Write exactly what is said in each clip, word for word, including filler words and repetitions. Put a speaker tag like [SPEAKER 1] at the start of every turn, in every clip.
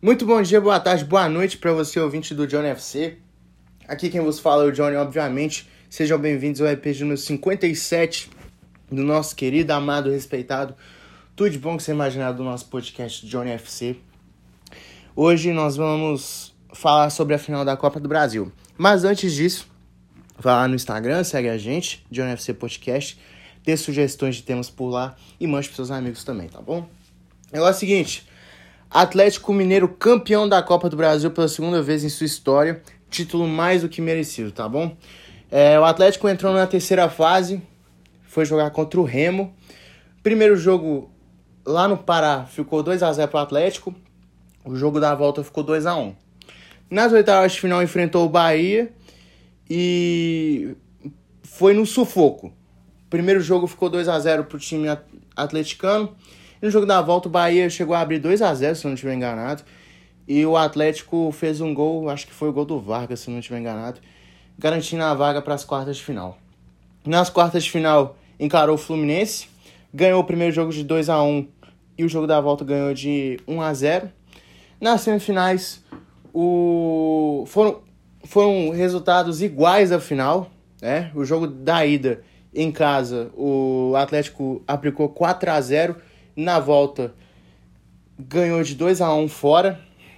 [SPEAKER 1] Muito bom dia, boa tarde, boa noite para você, ouvinte do Johnny F C. Aqui quem vos fala é o Johnny, obviamente. Sejam bem-vindos ao E P de número cinquenta e sete do nosso querido, amado, respeitado, tudo de bom que você imaginar do nosso podcast Johnny F C. Hoje nós vamos falar sobre a final da Copa do Brasil. Mas antes disso, vá lá no Instagram, segue a gente, Johnny F C Podcast, dê sugestões de temas por lá e mande para seus amigos também, tá bom? É o seguinte, Atlético Mineiro campeão da Copa do Brasil pela segunda vez em sua história, título mais do que merecido, tá bom? É, o Atlético entrou na terceira fase, foi jogar contra o Remo. Primeiro jogo lá no Pará ficou dois a zero para o Atlético, o jogo da volta ficou dois a um. Nas oitavas de final enfrentou o Bahia e foi no sufoco. Primeiro jogo ficou dois a zero para o time atleticano. No jogo da volta, o Bahia chegou a abrir dois a zero, se eu não estiver enganado. E o Atlético fez um gol, acho que foi o gol do Vargas, se eu não estiver enganado, garantindo a vaga para as quartas de final. Nas quartas de final, encarou o Fluminense, ganhou o primeiro jogo de dois a um e o jogo da volta ganhou de um a zero. Nas semifinais, o... foram, foram resultados iguais à final, né? O jogo da ida em casa, o Atlético aplicou quatro a zero. Na volta, ganhou de dois a um fora.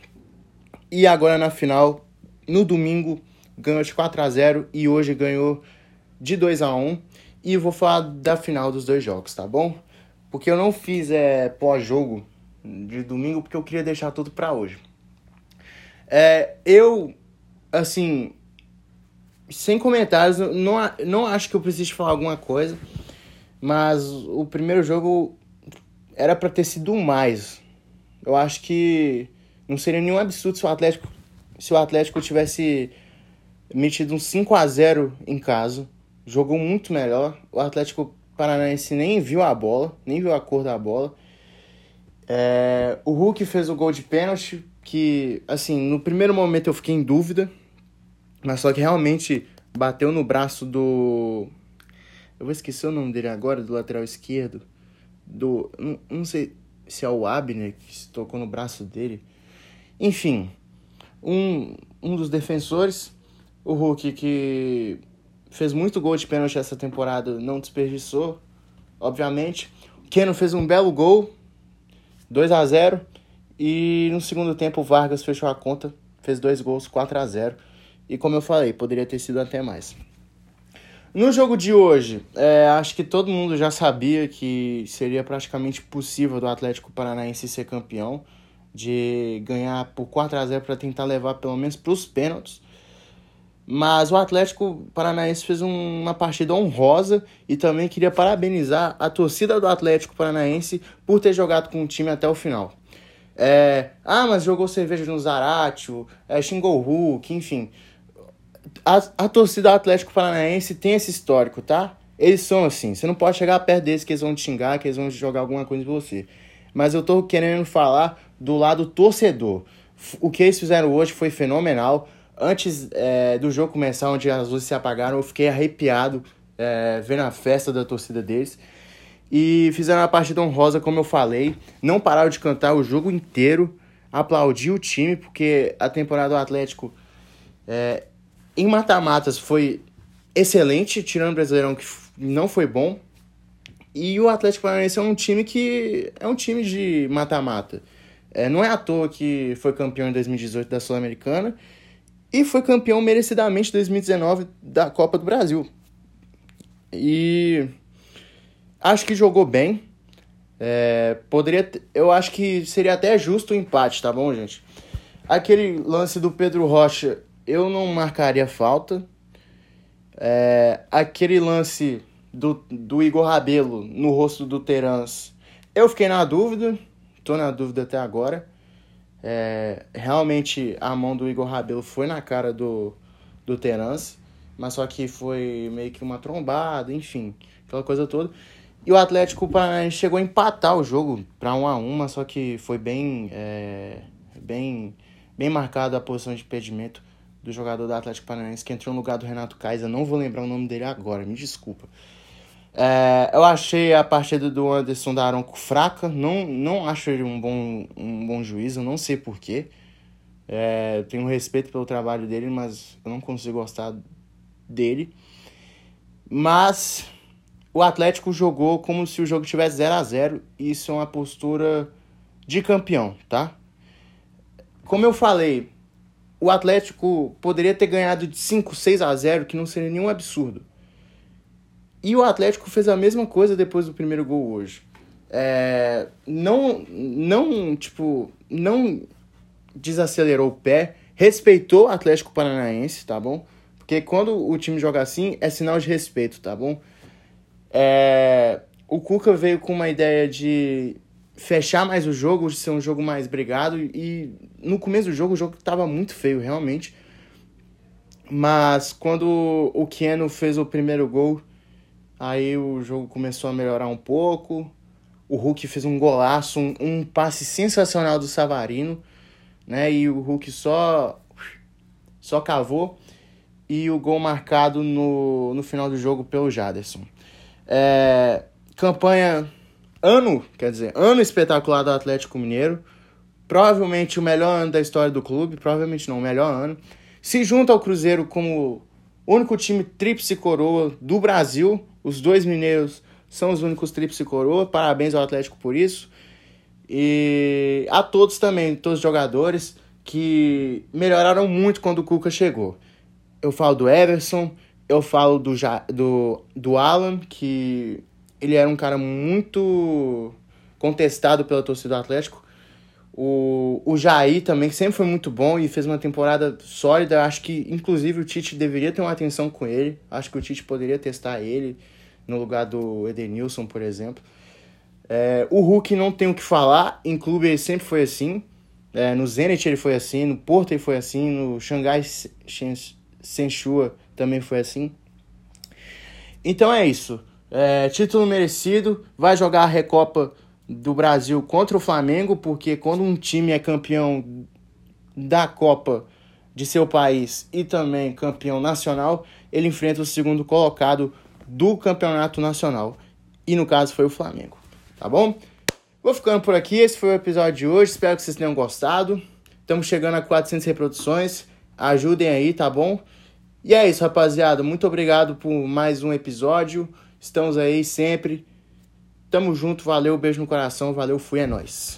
[SPEAKER 1] E agora na final, no domingo, ganhou de quatro a zero. E hoje ganhou de dois a um. E vou falar da final dos dois jogos, tá bom? Porque eu não fiz é, pós-jogo de domingo, porque eu queria deixar tudo pra hoje. É, eu, assim, sem comentários, não, não acho que eu precise falar alguma coisa. Mas o primeiro jogo era pra ter sido um mais. Eu acho que não seria nenhum absurdo se o Atlético, se o Atlético tivesse metido um cinco a zero em casa. Jogou muito melhor. O Atlético Paranaense nem viu a bola, nem viu a cor da bola. É, o Hulk fez o gol de pênalti, que, assim, no primeiro momento eu fiquei em dúvida, mas só que realmente bateu no braço do... Eu vou esquecer o nome dele agora, do lateral esquerdo. Do, não, não sei se é o Abner que se tocou no braço dele. Enfim, um, um dos defensores, o Hulk, que fez muito gol de pênalti essa temporada, não desperdiçou, obviamente. O Keno fez um belo gol, dois a zero, e no segundo tempo o Vargas fechou a conta, fez dois gols, quatro a zero, e como eu falei, poderia ter sido até mais. No jogo de hoje, é, acho que todo mundo já sabia que seria praticamente possível do Atlético Paranaense ser campeão, de ganhar por quatro a zero para tentar levar pelo menos para os pênaltis. Mas o Atlético Paranaense fez um, uma partida honrosa e também queria parabenizar a torcida do Atlético Paranaense por ter jogado com o time até o final. É, ah, mas jogou cerveja no Zaratio, é, xingou o Hulk, enfim... A, a torcida do Atlético Paranaense tem esse histórico, tá? Eles são assim, você não pode chegar perto deles que eles vão te xingar, que eles vão jogar alguma coisa em você. Mas eu tô querendo falar do lado torcedor. O que eles fizeram hoje foi fenomenal. Antes é, do jogo começar, onde as luzes se apagaram, eu fiquei arrepiado é, vendo a festa da torcida deles. E fizeram uma partida honrosa, como eu falei. Não pararam de cantar o jogo inteiro. Aplaudir o time, porque a temporada do Atlético... É, em mata-matas foi excelente, tirando o Brasileirão, que não foi bom. E o Atlético Paranaense é um time que é um time de mata-mata. É, não é à toa que foi campeão em dois mil e dezoito da Sul-Americana e foi campeão merecidamente em dois mil e dezenove da Copa do Brasil. E acho que jogou bem. É, poderia, eu acho que seria até justo o empate, tá bom, gente? Aquele lance do Pedro Rocha, eu não marcaria falta. É, aquele lance do, do Igor Rabelo no rosto do Terans, eu fiquei na dúvida. Tô na dúvida até agora. É, realmente a mão do Igor Rabelo foi na cara do, do Terans, mas só que foi meio que uma trombada, enfim, aquela coisa toda. E o Atlético Paranaense chegou a empatar o jogo para um a um, mas só que foi bem, é, bem, bem marcado a posição de impedimento do jogador do Atlético Paranaense, que entrou no lugar do Renato Kaiser. Não vou lembrar o nome dele agora, me desculpa. É, eu achei a partida do Anderson Daronco fraca, não, não acho ele um bom, um bom juiz, eu não sei porquê. É, eu tenho respeito pelo trabalho dele, mas eu não consigo gostar dele. Mas o Atlético jogou como se o jogo tivesse zero a zero, e isso é uma postura de campeão, tá? Como eu falei, o Atlético poderia ter ganhado de cinco, seis a zero, que não seria nenhum absurdo. E o Atlético fez a mesma coisa depois do primeiro gol hoje. É, não, não, tipo, não desacelerou o pé, respeitou o Atlético Paranaense, tá bom? Porque quando o time joga assim, é sinal de respeito, tá bom? É, o Cuca veio com uma ideia de fechar mais o jogo, de ser um jogo mais brigado, e no começo do jogo o jogo estava muito feio, realmente. Mas quando o Keno fez o primeiro gol, aí o jogo começou a melhorar um pouco. O Hulk fez um golaço, um, um passe sensacional do Savarino, né? E o Hulk só, só cavou. E o gol marcado no, no final do jogo pelo Jaderson. É, campanha, ano, quer dizer, ano espetacular do Atlético Mineiro. Provavelmente o melhor ano da história do clube, provavelmente não, o melhor ano. Se junta ao Cruzeiro como o único time tríplice coroa do Brasil. Os dois mineiros são os únicos tríplice coroa. Parabéns ao Atlético por isso. E a todos também, todos os jogadores que melhoraram muito quando o Cuca chegou. Eu falo do Everson, eu falo do, do, do Alan, que ele era um cara muito contestado pela torcida do Atlético. O, o Jair também, que sempre foi muito bom e fez uma temporada sólida. Acho que, inclusive, o Tite deveria ter uma atenção com ele. Acho que o Tite poderia testar ele no lugar do Edenilson, por exemplo. É, o Hulk não tem o que falar. Em clube ele sempre foi assim. É, no Zenit ele foi assim, no Porto ele foi assim, no Xangai Shenhua também foi assim. Então é isso. É, título merecido. Vai jogar a Recopa do Brasil contra o Flamengo, porque quando um time é campeão da Copa de seu país e também campeão nacional, ele enfrenta o segundo colocado do campeonato nacional. E no caso foi o Flamengo. Tá bom? Vou ficando por aqui. Esse foi o episódio de hoje. Espero que vocês tenham gostado. Estamos chegando a quatrocentas reproduções. Ajudem aí, tá bom? E é isso, rapaziada. Muito obrigado por mais um episódio. Estamos aí sempre. Tamo junto. Valeu, beijo no coração. Valeu, fui, é nóis.